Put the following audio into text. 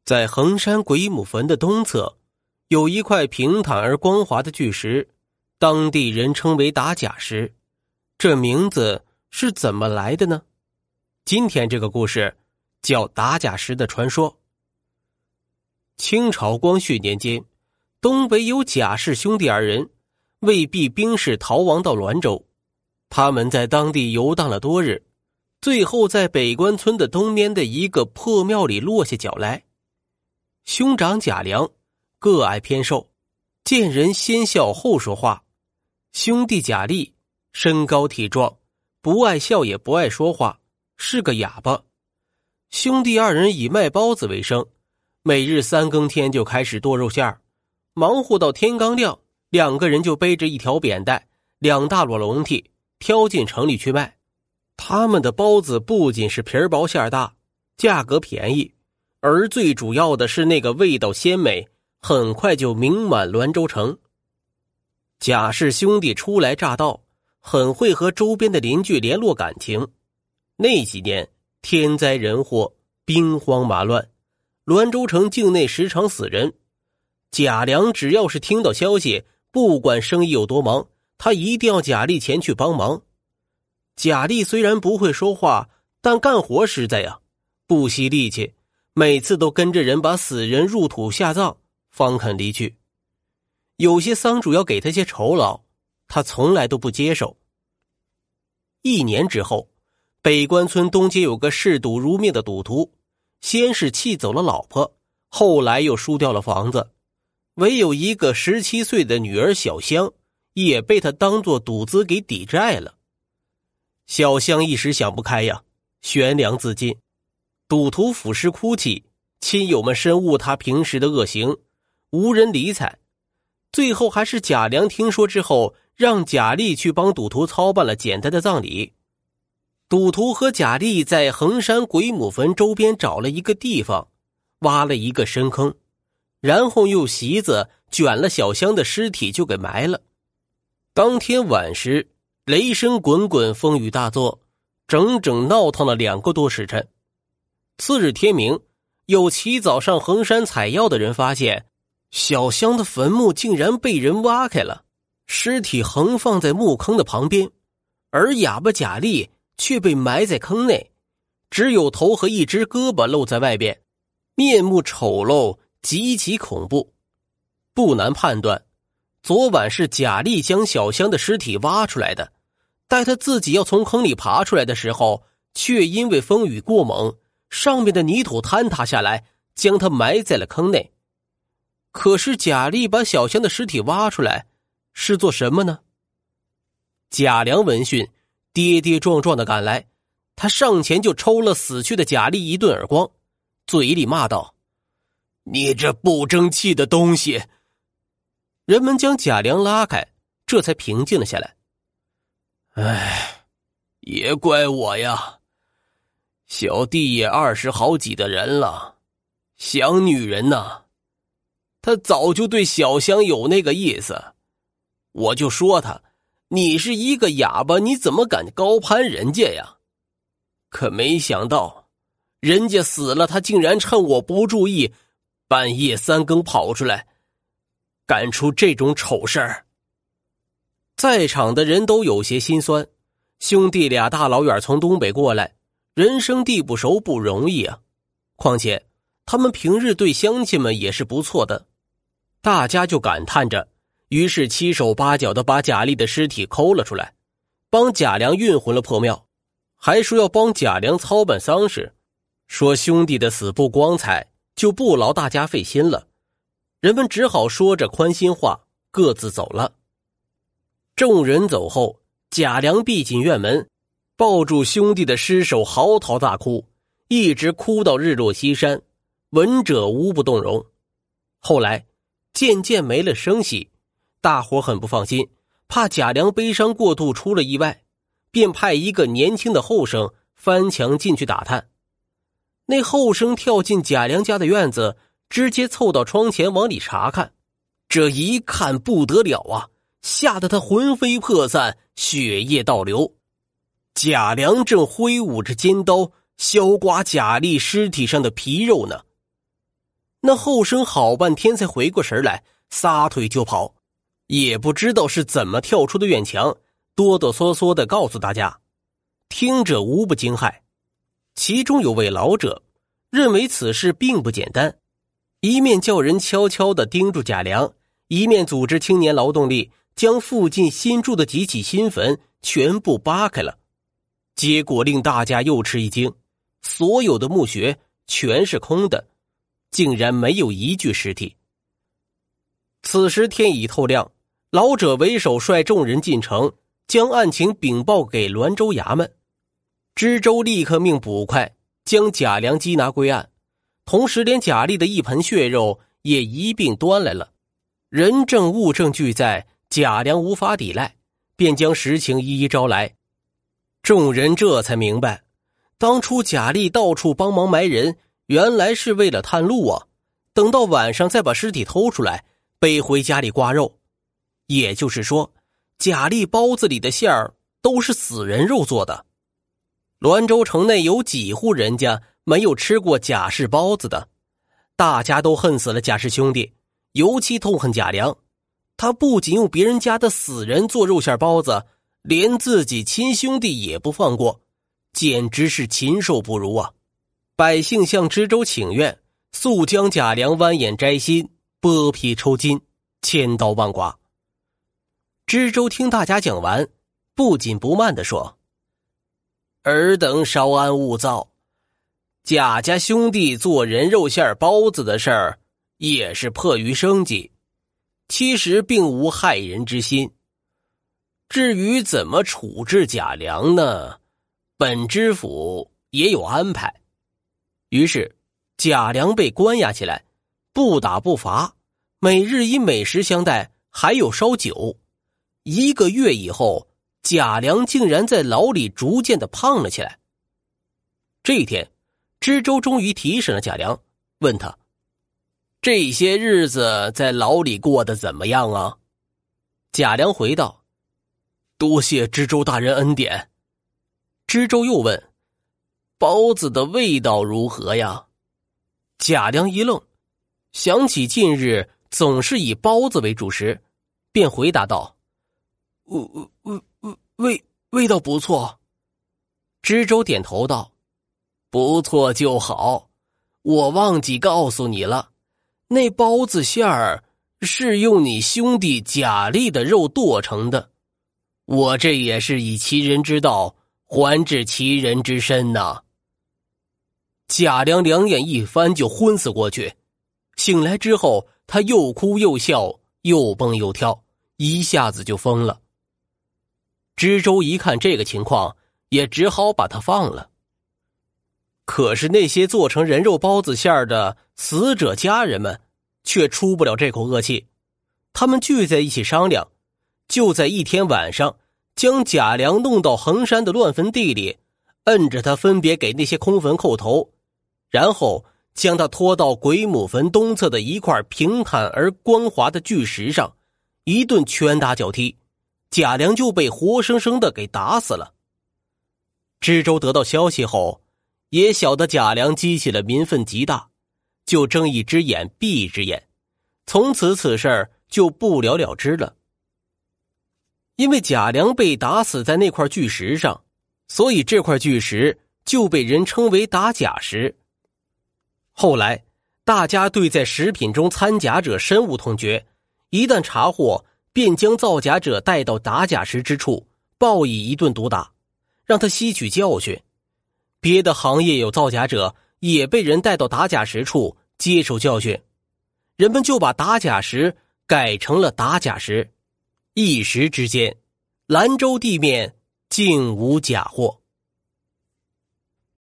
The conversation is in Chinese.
在衡山鬼母坟的东侧，有一块平坦而光滑的巨石，当地人称为打假石。这名字是怎么来的呢？今天这个故事叫打假石的传说。清朝光绪年间，东北有贾氏兄弟二人，为避兵事逃亡到滦州。他们在当地游荡了多日，最后在北关村的东面的一个破庙里落下脚来。兄长贾良个爱偏瘦，见人先笑后说话；兄弟贾力身高体壮，不爱笑也不爱说话，是个哑巴。兄弟二人以卖包子为生，每日三更天就开始剁肉馅儿，忙活到天刚亮，两个人就背着一条扁担，两大摞笼屉，挑进城里去卖。他们的包子不仅是皮儿薄馅儿大，价格便宜，而最主要的是那个味道鲜美，很快就名满滦州城。贾氏兄弟初来乍到，很会和周边的邻居联络感情。那几年天灾人祸，兵荒马乱，滦州城境内时常死人。贾良只要是听到消息，不管生意有多忙，他一定要贾力前去帮忙。贾力虽然不会说话，但干活实在呀，不惜力气，每次都跟着人把死人入土下葬，方肯离去。有些丧主要给他些酬劳，他从来都不接受。1年之后，北关村东街有个嗜赌如命的赌徒，先是气走了老婆，后来又输掉了房子，唯有一个17岁的女儿小香，也被他当作赌资给抵债了。小香一时想不开呀，悬梁自尽。赌徒俯尸哭泣，亲友们深恶他平时的恶行，无人理睬。最后还是贾良听说之后，让贾力去帮赌徒操办了简单的葬礼。赌徒和贾力在衡山鬼母坟周边找了一个地方，挖了一个深坑，然后用席子卷了小香的尸体就给埋了。当天晚时，雷声滚滚，风雨大作，整整闹腾了2个多时辰。次日天明，有起早上衡山采药的人发现，小香的坟墓竟然被人挖开了，尸体横放在墓坑的旁边，而哑巴贾力却被埋在坑内，只有头和一只胳膊露在外边，面目丑陋，极其恐怖。不难判断，昨晚是贾力将小香的尸体挖出来的，待他自己要从坑里爬出来的时候，却因为风雨过猛，上面的泥土坍塌下来，将他埋在了坑内。可是贾力把小香的尸体挖出来是做什么呢？贾良闻讯跌跌撞撞地赶来，他上前就抽了死去的贾力一顿耳光，嘴里骂道：你这不争气的东西！人们将贾良拉开，这才平静了下来。唉，也怪我呀，小弟也20好几的人了，想女人呐，他早就对小香有那个意思，我就说他，你是一个哑巴，你怎么敢高攀人家呀？可没想到，人家死了，他竟然趁我不注意，半夜3更跑出来，干出这种丑事儿。在场的人都有些心酸，兄弟俩大老远从东北过来，人生地不熟不容易啊。况且他们平日对乡亲们也是不错的，大家就感叹着，于是7手8脚的把贾力的尸体抠了出来，帮贾良运回了破庙，还说要帮贾良操办丧事，说兄弟的死不光彩，就不劳大家费心了。人们只好说着宽心话，各自走了。众人走后，贾良闭紧院门，抱住兄弟的尸首嚎啕大哭，一直哭到日落西山，闻者无不动容。后来渐渐没了声息，大伙很不放心，怕贾良悲伤过度出了意外，便派一个年轻的后生翻墙进去打探。那后生跳进贾良家的院子，直接凑到窗前往里查看，这一看不得了啊，吓得他魂飞魄散，血液倒流。贾良正挥舞着尖刀削刮贾力尸体上的皮肉呢。 那后生好半天才回过神来，撒腿就跑，也不知道是怎么跳出的院墙，哆哆嗦嗦地告诉大家。听者无不惊骇，其中有位老者认为此事并不简单，一面叫人悄悄地盯住贾良，一面组织青年劳动力将附近新筑的几起新坟全部扒开了。结果令大家又吃一惊，所有的墓穴全是空的，竟然没有一具尸体。此时天已透亮，老者为首率众人进城，将案情禀报给滦州衙门。知州立刻命捕快将贾良缉拿归案，同时连贾丽的一盆血肉也一并端来了。人证物证俱在，贾良无法抵赖，便将实情一一招来。众人这才明白，当初贾丽到处帮忙埋人，原来是为了探路啊。等到晚上再把尸体偷出来，背回家里挂肉。也就是说，贾丽包子里的馅儿都是死人肉做的。滦州城内有几户人家没有吃过贾氏包子的，大家都恨死了贾氏兄弟，尤其痛恨贾良。他不仅用别人家的死人做肉馅包子，连自己亲兄弟也不放过，简直是禽兽不如啊！百姓向知州请愿，速将贾良剜眼摘心，剥皮抽筋，千刀万剐。知州听大家讲完，不紧不慢地说：“尔等稍安勿躁，贾家兄弟做人肉馅包子的事儿，也是迫于生计，其实并无害人之心。至于怎么处置贾良呢，本知府也有安排。”于是贾良被关押起来，不打不罚，每日以美食相待，还有烧酒。1个月以后，贾良竟然在牢里逐渐的胖了起来。这一天，知州终于提审了贾良，问他：“这些日子在牢里过得怎么样啊？”贾良回道：“多谢知州大人恩典。”知州又问：“包子的味道如何呀？”贾良一愣，想起近日总是以包子为主食，便回答道：“味道不错。”知州点头道：“不错就好，我忘记告诉你了，那包子馅儿是用你兄弟贾丽的肉剁成的，我这也是以其人之道还治其人之身呐。”贾良两眼一翻就昏死过去，醒来之后他又哭又笑，又蹦又跳，一下子就疯了。知州一看这个情况，也只好把他放了。可是那些做成人肉包子馅儿的死者家人们却出不了这口恶气，他们聚在一起商量，就在一天晚上将贾良弄到衡山的乱坟地里，摁着他分别给那些空坟叩头，然后将他拖到鬼母坟东侧的一块平坦而光滑的巨石上，一顿拳打脚踢，贾良就被活生生的给打死了。知州得到消息后，也晓得贾良激起了民愤极大，就睁一只眼闭一只眼，从此此事就不了了之了。因为贾良被打死在那块巨石上，所以这块巨石就被人称为打假石。后来大家对在食品中掺假者深恶痛绝，一旦查获，便将造假者带到打假石之处，暴以一顿毒打，让他吸取教训。别的行业有造假者也被人带到打假石处接受教训，人们就把打假石改成了打假石。一时之间，兰州地面竟无假货。